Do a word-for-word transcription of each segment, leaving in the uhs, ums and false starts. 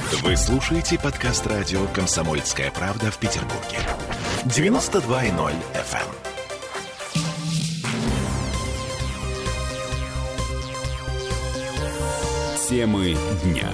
Вы слушаете подкаст радио «Комсомольская правда» в Петербурге. девяносто два и ноль эф эм. Темы дня.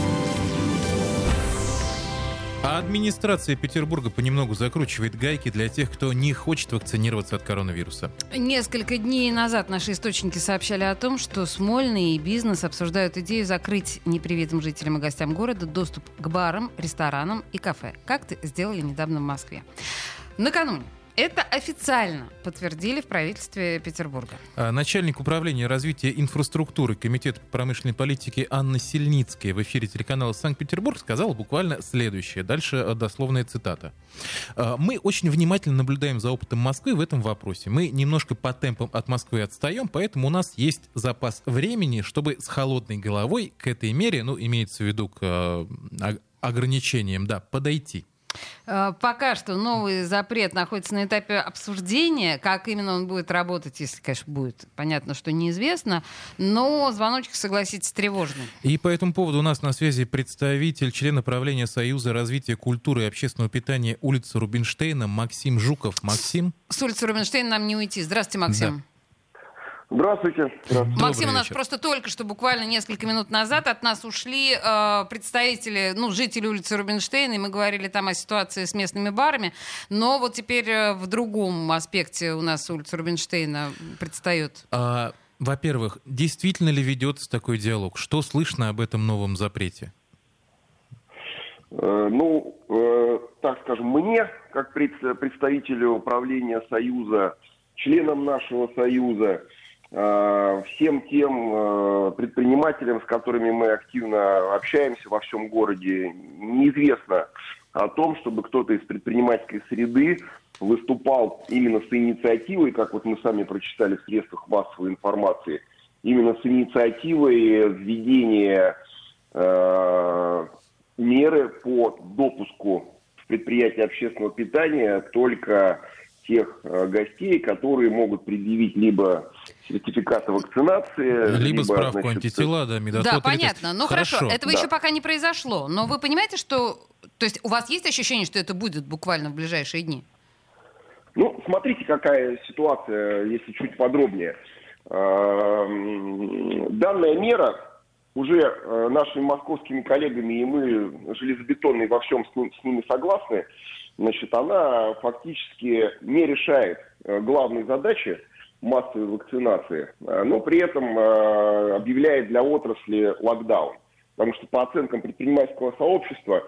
А администрация Петербурга понемногу закручивает гайки для тех, кто не хочет вакцинироваться от коронавируса. Несколько дней назад наши источники сообщали о том, что Смольный и бизнес обсуждают идею закрыть непривитым жителям и гостям города доступ к барам, ресторанам и кафе, как это сделали недавно в Москве. Накануне это официально подтвердили в правительстве Петербурга. Начальник управления развития инфраструктуры Комитета по промышленной политике Анна Сильницкая в эфире телеканала «Санкт-Петербург» сказала буквально следующее. Дальше дословная цитата. «Мы очень внимательно наблюдаем за опытом Москвы в этом вопросе. Мы немножко по темпам от Москвы отстаем, поэтому у нас есть запас времени, чтобы с холодной головой к этой мере, ну, имеется в виду к ограничениям, да, подойти». Пока что новый запрет находится на этапе обсуждения. Как именно он будет работать, если, конечно, будет, понятно, что неизвестно. Но звоночек, согласитесь, тревожный. И по этому поводу у нас на связи представитель, член правления Союза развития культуры и общественного питания улицы Рубинштейна Максим Жуков. Максим? С улицы Рубинштейна нам не уйти. Здравствуйте, Максим. Да. Здравствуйте. Здравствуйте. Максим, Добрый у нас вечер. просто только что, буквально несколько минут назад, от нас ушли э, представители, ну, жители улицы Рубинштейна, и мы говорили там о ситуации с местными барами, но вот теперь э, в другом аспекте у нас улица Рубинштейна предстает. А, во-первых, действительно ли ведется такой диалог? Что слышно об этом новом запрете? Э, ну, э, так скажем, мне, как пред- представителю правления Союза, членам нашего Союза, всем тем предпринимателям, с которыми мы активно общаемся во всем городе, неизвестно о том, чтобы кто-то из предпринимательской среды выступал именно с инициативой, как вот мы сами прочитали в средствах массовой информации, именно с инициативой введения э, меры по допуску в предприятия общественного питания только тех э, гостей, которые могут предъявить либо сертификаты вакцинации, Либо, либо справку значит, антитела, да, медосмотр. Да, понятно. Ну хорошо, хорошо. этого Да. еще пока не произошло. Но вы понимаете, что... То есть у вас есть ощущение, что это будет буквально в ближайшие дни? Ну, смотрите, какая ситуация, если чуть подробнее. Данная мера уже нашими московскими коллегами, и мы железобетонные во всем с, ним, с ними согласны, значит, она фактически не решает главной задачи массовой вакцинации, но при этом объявляет для отрасли локдаун. Потому что по оценкам предпринимательского сообщества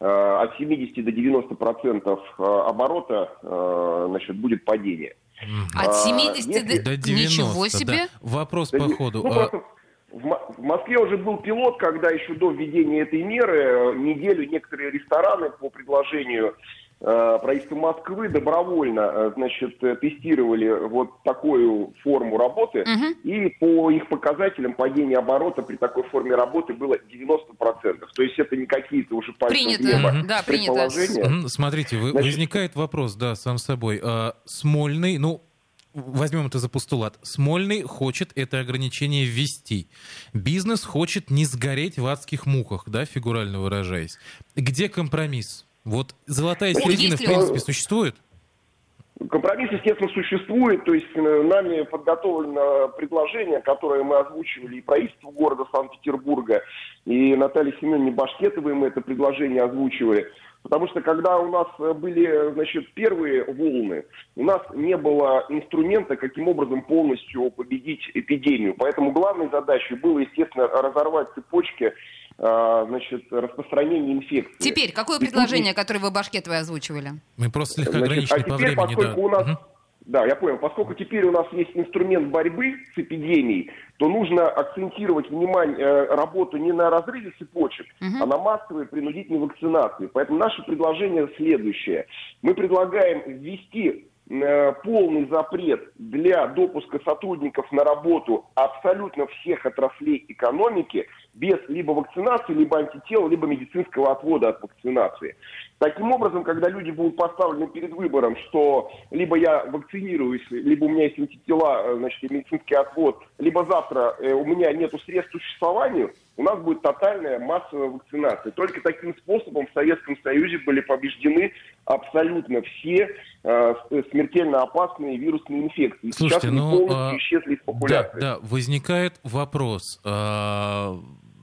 от семидесяти до девяноста процентов оборота, значит, будет падение. От семидесяти Если- до... До девяноста, Ничего себе! да. Вопрос Да по не- ходу. ну, А, просто в, Мо- в Москве уже был пилот, когда еще до введения этой меры неделю некоторые рестораны по предложению э, правительства Москвы добровольно э, значит, э, тестировали вот такую форму работы, Мгм. и по их показателям падение оборота при такой форме работы было девяносто процентов. То есть это не какие-то уже пальцем в Принято. небо Мгм. Да, принято. предположения. Мгм, Смотрите, вы- Значит- возникает вопрос, да, сам собой. А, Смольный, ну, возьмем это за постулат. Смольный хочет это ограничение ввести. Бизнес хочет не сгореть в адских муках, да, фигурально выражаясь. Где компромисс? Вот золотая Ну, середина, в если- принципе, существует? Компромисс, естественно, существует, то есть э, нами подготовлено предложение, которое мы озвучивали и правительству города Санкт-Петербурга, и Наталье Семеновне Башкетовой мы это предложение озвучивали. Потому что когда у нас были, значит, первые волны, у нас не было инструмента, каким образом полностью победить эпидемию. Поэтому главной задачей было, естественно, разорвать цепочки, э, значит, распространения инфекции. Теперь, какое И тут предложение, которое вы Башкетовой озвучивали? Мы просто слегка Значит, ограничены а по теперь, времени, да. поскольку у нас, Мгм. да, я понял, поскольку теперь у нас есть инструмент борьбы с эпидемией, то нужно акцентировать внимание, э, работу не на разрыве цепочек, Мгм. а на массовой принудительной вакцинации. Поэтому наше предложение следующее. Мы предлагаем ввести э, полный запрет для допуска сотрудников на работу абсолютно всех отраслей экономики без либо вакцинации, либо антител, либо медицинского отвода от вакцинации. Таким образом, когда люди будут поставлены перед выбором, что либо я вакцинируюсь, либо у меня есть антитела, значит, и медицинский отвод, либо завтра э, у меня нет средств к существованию, у нас будет тотальная массовая вакцинация. Только таким способом в Советском Союзе были побеждены абсолютно все э, смертельно опасные вирусные инфекции. Слушайте, Сейчас они ну, полностью а, исчезли из популяции. Да, да, возникает вопрос, а,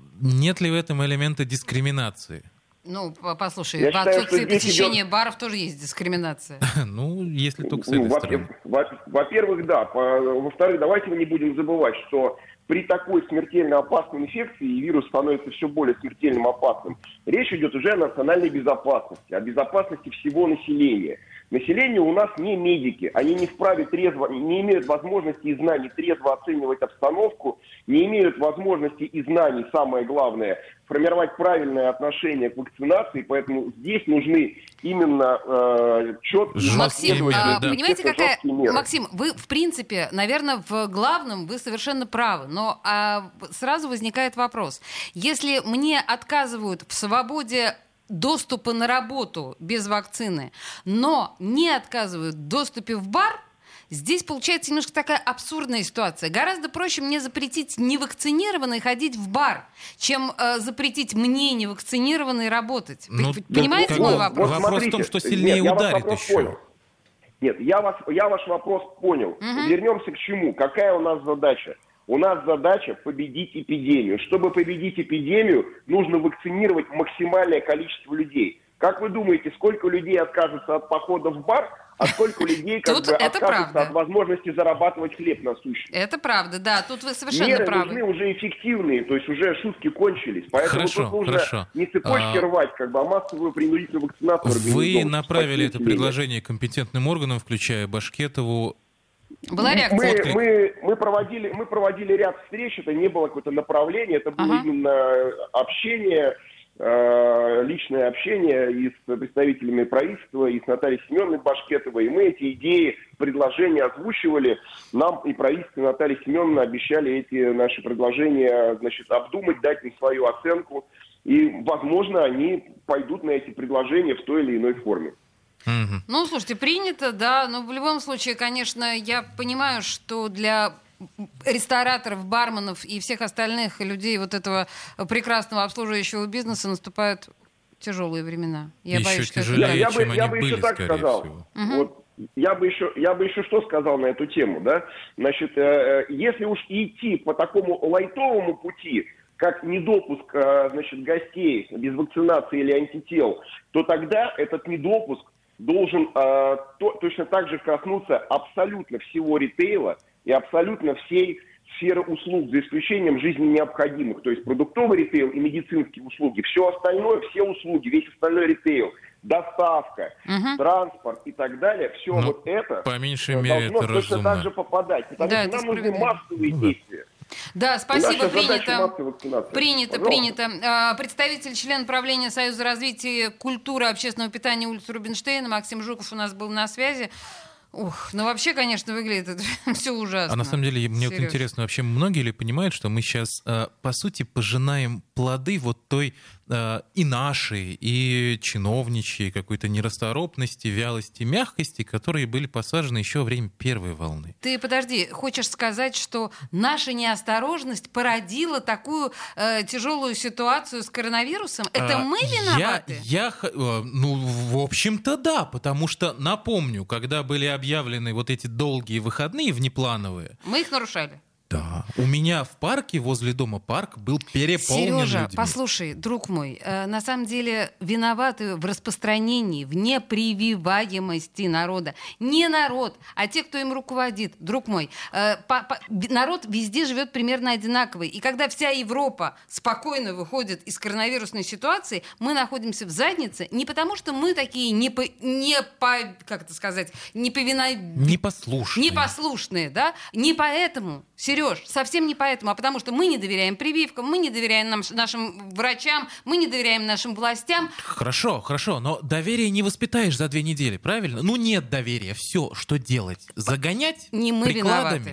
нет ли в этом элемента дискриминации? Ну, послушай, Я в считаю, отсутствии что здесь посещения идет... баров тоже есть дискриминация. Ну, если только с Ну, этой стороны. Во-первых, да. Во-вторых, давайте мы не будем забывать, что при такой смертельно опасной инфекции, и вирус становится все более смертельным опасным, речь идет уже о национальной безопасности, о безопасности всего населения. Население у нас не медики, они не вправе трезво, не имеют возможности и знаний трезво оценивать обстановку, не имеют возможности и знаний, самое главное, формировать правильное отношение к вакцинации, поэтому здесь нужны именно э, четкие... Максим, а, да. понимаете, какая... Максим, вы, в принципе, наверное, в главном вы совершенно правы, но а, сразу возникает вопрос. Если мне отказывают в свободе доступа на работу без вакцины, но не отказывают в доступе в бар, здесь получается немножко такая абсурдная ситуация. Гораздо проще мне запретить невакцинированной ходить в бар, чем э, запретить мне невакцинированной работать. Ну, Понимаете как, мой вот, вопрос? Вопрос смотрите, в том, что сильнее нет, ударит еще. Понял. Нет, я, вас, я ваш вопрос понял. Угу. Вернемся к чему? Какая у нас задача? У нас задача победить эпидемию. Чтобы победить эпидемию, нужно вакцинировать максимальное количество людей. Как вы думаете, сколько людей откажется от похода в бар, а сколько людей как бы откажется от возможности зарабатывать хлеб насущный? Это правда, да, тут вы совершенно Меры правы. нужны уже эффективные, то есть уже шутки кончились. Поэтому Хорошо, тут нужно хорошо. не цепочки а... рвать, как бы, а массовую принудительную вакцинацию. Вы направили это предложение компетентным органам, включая Башкетову. Была реакция? Мы, мы, мы, проводили, мы проводили ряд встреч, это не было какое-то направление, это было ага. именно общение, э, личное общение и с представителями правительства, и с Натальей Семеновной Башкетовой. И мы эти идеи, предложения озвучивали. Нам и правительство, и Наталья Семеновна обещали эти наши предложения, значит, обдумать, дать им свою оценку. И, возможно, они пойдут на эти предложения в той или иной форме. Mm-hmm. Ну, слушайте, принято, да, но в любом случае, конечно, я понимаю, что для рестораторов, барменов и всех остальных людей вот этого прекрасного обслуживающего бизнеса наступают тяжелые времена. Я еще боюсь, что тяжелее, это... чем я бы, они я бы были, еще так скорее сказал. всего. Угу. Вот, я бы еще, я бы еще что сказал на эту тему, да? Значит, э, если уж идти по такому лайтовому пути, как недопуск, э, значит, гостей без вакцинации или антител, то тогда этот недопуск должен э, то, точно так же коснуться абсолютно всего ритейла и абсолютно всей сферы услуг, за исключением жизненно необходимых, то есть продуктовый ритейл и медицинские услуги. Все остальное, все услуги, весь остальной ритейл, доставка, uh-huh. транспорт и так далее, все ну, вот это по меньшей мере должно это точно разумно. так же попадать, потому да, что нам нужны справедливо. массовые ну, действия. Да, спасибо, принято. Принято, Пожалуйста. принято. Представитель, член правления Союза развития культуры и общественного питания улицы Рубинштейна Максим Жуков у нас был на связи. Ух, ну вообще, конечно, выглядит это все ужасно. А на самом деле, мне Сереж. вот интересно, вообще многие ли понимают, что мы сейчас, по сути, пожинаем плоды вот той и нашей, и чиновничьей какой-то нерасторопности, вялости, мягкости, которые были посажены еще во время первой волны. Ты подожди, хочешь сказать, что наша неосторожность породила такую э, тяжелую ситуацию с коронавирусом? Это а, мы виноваты? Я, я, ну, в общем-то, да, потому что, напомню, когда были объявлены вот эти долгие выходные внеплановые... Мы их нарушали. Да. У меня в парке, возле дома парк, был переполнен Сережа, людьми. послушай, друг мой, э, на самом деле виноваты в распространении, в непрививаемости народа. Не народ, а те, кто им руководит. Друг мой, э, по, по, народ везде живет примерно одинаковый. И когда вся Европа спокойно выходит из коронавирусной ситуации, мы находимся в заднице не потому, что мы такие не по, не по как это сказать, не повина... непослушные. непослушные, да? Не поэтому, Сереж, совсем не поэтому, а потому что мы не доверяем прививкам, мы не доверяем нам, нашим врачам, мы не доверяем нашим властям. Хорошо, хорошо, но доверие не воспитаешь за две недели, правильно? Ну нет доверия, все, что делать? Загонять не мы прикладами? виноваты.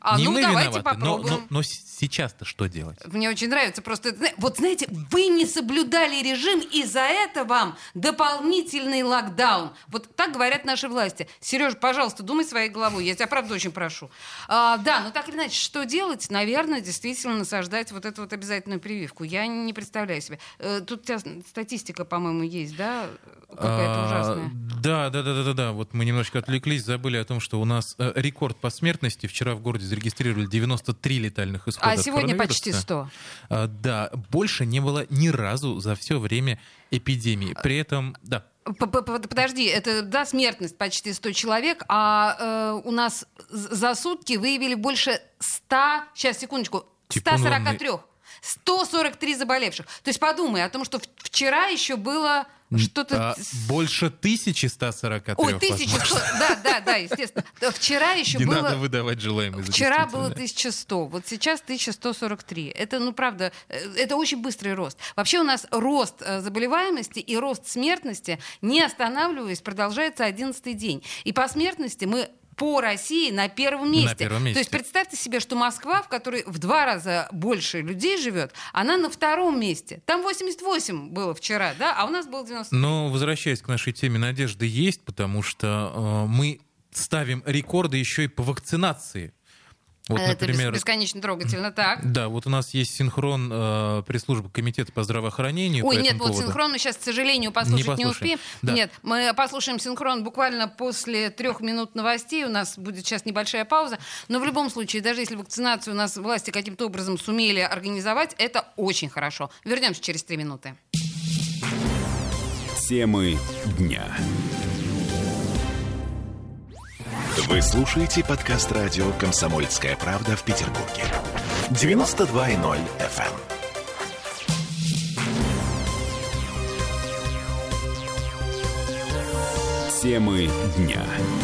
А не ну, мы давайте виноваты, но, попробуем. но, но сейчас-то что делать? Мне очень нравится просто... это, вот знаете, вы не соблюдали режим, и за это вам дополнительный локдаун. Вот так говорят наши власти. Сережа, пожалуйста, думай своей головой. Я тебя, правда, очень прошу. А, да, ну так или иначе, что делать? Наверное, действительно насаждать вот эту вот обязательную прививку. Я не представляю себе. Тут у тебя статистика, по-моему, есть, да? Какая-то ужасная. Да, да, да, да, да, да. Вот мы немножко отвлеклись, забыли о том, что у нас э, рекорд по смертности. Вчера в городе зарегистрировали девяносто три летальных исхода. А от сегодня коронавируса. почти сто. А, да, больше не было ни разу за все время эпидемии. При этом, да. Подожди, это, да, смертность почти сто человек, а э, у нас за сутки выявили больше ста, сейчас, секундочку, ста сорока трёх. сто сорок три заболевших. То есть подумай о том, что вчера еще было что-то... А, больше тысячи ста сорока трёх. Ой, тысяча сто, да, да, да, естественно. Вчера еще Не было... надо выдавать желаемое за Вчера было действительное. тысяча сто, вот сейчас тысяча сто сорок три. Это, ну, правда, это очень быстрый рост. Вообще у нас рост заболеваемости и рост смертности, не останавливаясь, продолжается одиннадцатый день. И по смертности мы... по России на первом месте. На первом месте. То есть представьте себе, что Москва, в которой в два раза больше людей живет, она на втором месте. Там восемьдесят восемь было вчера, да, а у нас было девяносто. Но, возвращаясь к нашей теме, надежды есть, потому что э, мы ставим рекорды еще и по вакцинации. Вот, Это например, бесконечно трогательно, так. Да, вот у нас есть синхрон э, пресс-службы комитета по здравоохранению. Ой, по нет, этому вот поводу. синхрон мы сейчас, к сожалению, послушать не, Не послушаем. успеем. Да. Нет, мы послушаем синхрон буквально после трех минут новостей. У нас будет сейчас небольшая пауза. Но в любом случае, даже если вакцинацию у нас власти каким-то образом сумели организовать, это очень хорошо. Вернемся через три минуты. Темы дня. Вы слушаете подкаст радио «Комсомольская правда» в Петербурге. девяносто два и ноль эф эм. Темы дня.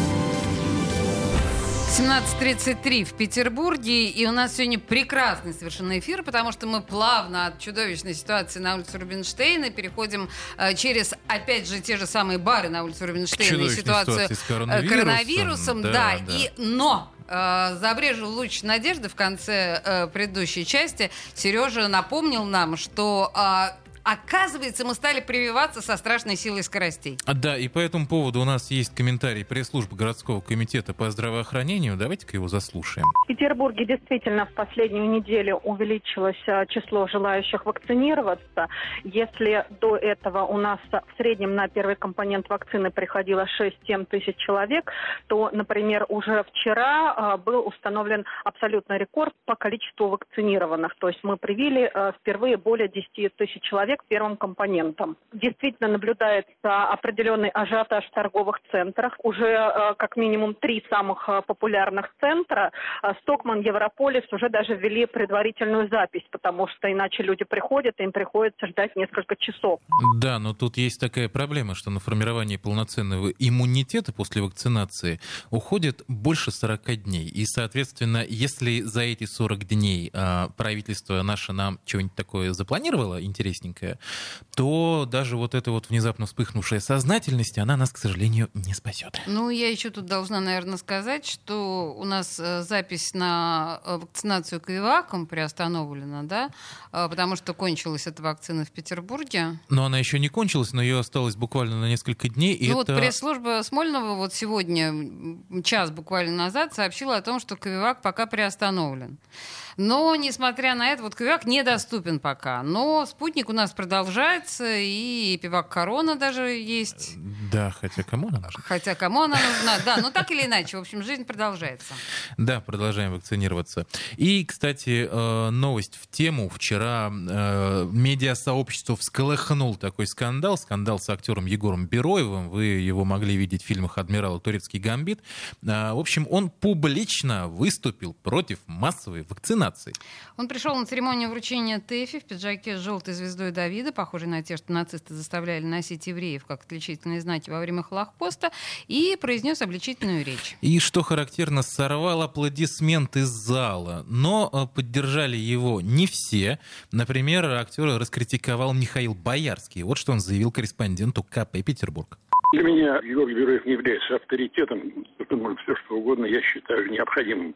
семнадцать тридцать три в Петербурге, и у нас сегодня прекрасный совершенно эфир, потому что мы плавно от чудовищной ситуации на улице Рубинштейна переходим э, через, опять же, те же самые бары на улице Рубинштейна и ситуацию с коронавирусом. коронавирусом да, да, да. да. И, но э, забрежил луч надежды в конце э, предыдущей части. Сережа напомнил нам, что... Э, Оказывается, мы стали прививаться со страшной силой скоростей. Да, и по этому поводу у нас есть комментарий пресс-службы городского комитета по здравоохранению. Давайте-ка его заслушаем. В Петербурге действительно в последнюю неделю увеличилось число желающих вакцинироваться. Если до этого у нас в среднем на первый компонент вакцины приходило шесть-семь тысяч человек, то, например, уже вчера был установлен абсолютный рекорд по количеству вакцинированных. То есть мы привили впервые более десяти тысяч человек первым компонентом. Действительно наблюдается определенный ажиотаж в торговых центрах. Уже э, как минимум три самых э, популярных центра, э, Стокман, Европолис, уже даже ввели предварительную запись, потому что иначе люди приходят, и им приходится ждать несколько часов. Да, но тут есть такая проблема, что на формирование полноценного иммунитета после вакцинации уходит больше сорока дней. И, соответственно, если за эти сорок дней э, правительство наше нам что-нибудь такое запланировало интересненькое, то даже вот эта вот внезапно вспыхнувшая сознательность, она нас, к сожалению, не спасет. Ну, я еще тут должна, наверное, сказать, что у нас э, запись на э, вакцинацию Ковиваком приостановлена, да, э, потому что кончилась эта вакцина в Петербурге. Но она еще не кончилась, но ее осталось буквально на несколько дней. И ну это... вот пресс-служба Смольного вот сегодня, час буквально назад, сообщила о том, что Ковивак пока приостановлен. Но, несмотря на это, вот Ковивак недоступен пока. Но спутник у нас продолжается, и Пивак Корона даже есть. Да, хотя кому она нужна? Хотя кому она нужна, да, но так или иначе, в общем, жизнь продолжается. Да, продолжаем вакцинироваться. И, кстати, новость в тему. Вчера медиасообщество всколыхнул такой скандал. Скандал с актером Егором Бероевым. Вы его могли видеть в фильмах «Адмирал» и «Турецкий гамбит». В общем, он публично выступил против массовой вакцинации. Он пришел на церемонию вручения ТЭФИ в пиджаке с желтой звездой Давида, похожей на те, что нацисты заставляли носить евреев как отличительные знаки во время Холокоста, и произнес обличительную речь. И, что характерно, сорвал аплодисменты из зала. Но поддержали его не все. Например, актера раскритиковал Михаил Боярский. Вот что он заявил корреспонденту ка пэ «Петербург». Для меня Егор Бероев не является авторитетом, потому что все что угодно я считаю необходимым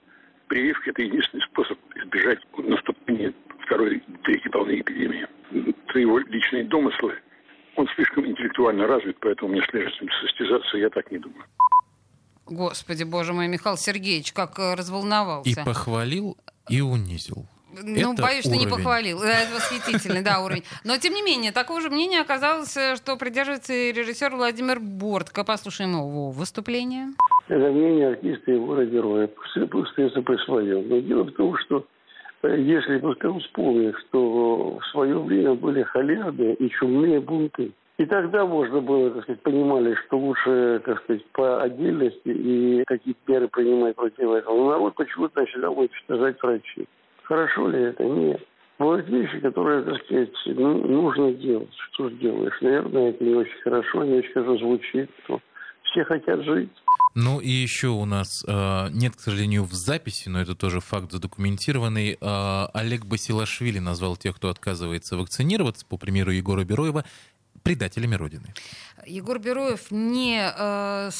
прививка – это единственный способ избежать наступления второй, третьей волны эпидемии. Это его личные домыслы. Он слишком интеллектуально развит, поэтому мне сложно состязаться, я так не думаю. Господи, боже мой, Михаил Сергеевич, как разволновался. И похвалил, и унизил. Ну, это боюсь, что уровень. не похвалил. Это восхитительный, да, уровень. Но, тем не менее, такого же мнения оказалось, что придерживается и режиссер Владимир Бортко. Послушаем его выступление. Это мнение артиста и его героя. Пусть остается при своем. Но дело в том, что если пускай вспомнить, что в свое время были халявы и чумные бунты. И тогда можно было, так сказать, понимали, что лучше, так сказать, по отдельности и какие-то меры принимать против этого. Но народ почему-то начинал уничтожать врачей. Хорошо ли это? Нет. Бывают вещи, которые, так сказать, ну, нужно делать. Что же делаешь? Наверное, это не очень хорошо, не очень хорошо звучит. Но все хотят жить. Ну и еще у нас э, нет, к сожалению, в записи, но это тоже факт задокументированный. Э, Олег Басилашвили назвал тех, кто отказывается вакцинироваться, по примеру Егора Бероева, предателями Родины. Егор Бероев не... Э,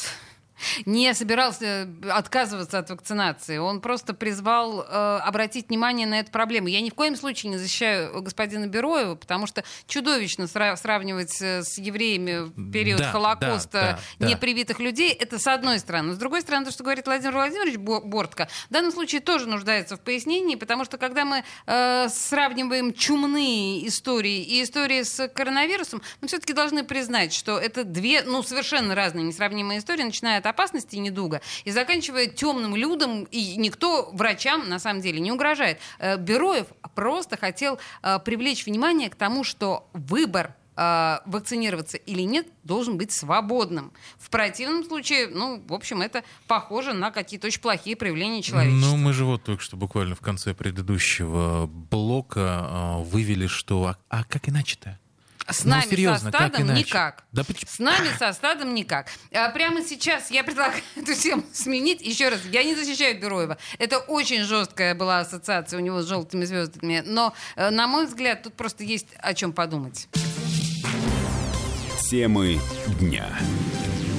не собирался отказываться от вакцинации. Он просто призвал э, обратить внимание на эту проблему. Я ни в коем случае не защищаю господина Бероева, потому что чудовищно сра- сравнивать с евреями в период да, Холокоста да, да, непривитых да. людей, это с одной стороны. Но с другой стороны, то, что говорит Владимир Владимирович Бортко, в данном случае тоже нуждается в пояснении, потому что когда мы э, сравниваем чумные истории и истории с коронавирусом, мы все-таки должны признать, что это две ну, совершенно разные, несравнимые истории, начиная от опасности и недуга, и заканчивая темным людям, и никто врачам на самом деле не угрожает. Бероев просто хотел привлечь внимание к тому, что выбор вакцинироваться или нет должен быть свободным. В противном случае, ну, в общем, это похоже на какие-то очень плохие проявления человечества. Ну, мы же вот только что буквально в конце предыдущего блока вывели, что а, а как иначе-то? С нами ну, серьезно, со стадом как никак. Да, С нами со стадом никак. А прямо сейчас я предлагаю эту тему сменить. Еще раз, я не защищаю Бероева. Это очень жесткая была ассоциация у него с желтыми звездами. Но, на мой взгляд, тут просто есть о чем подумать. Темы дня.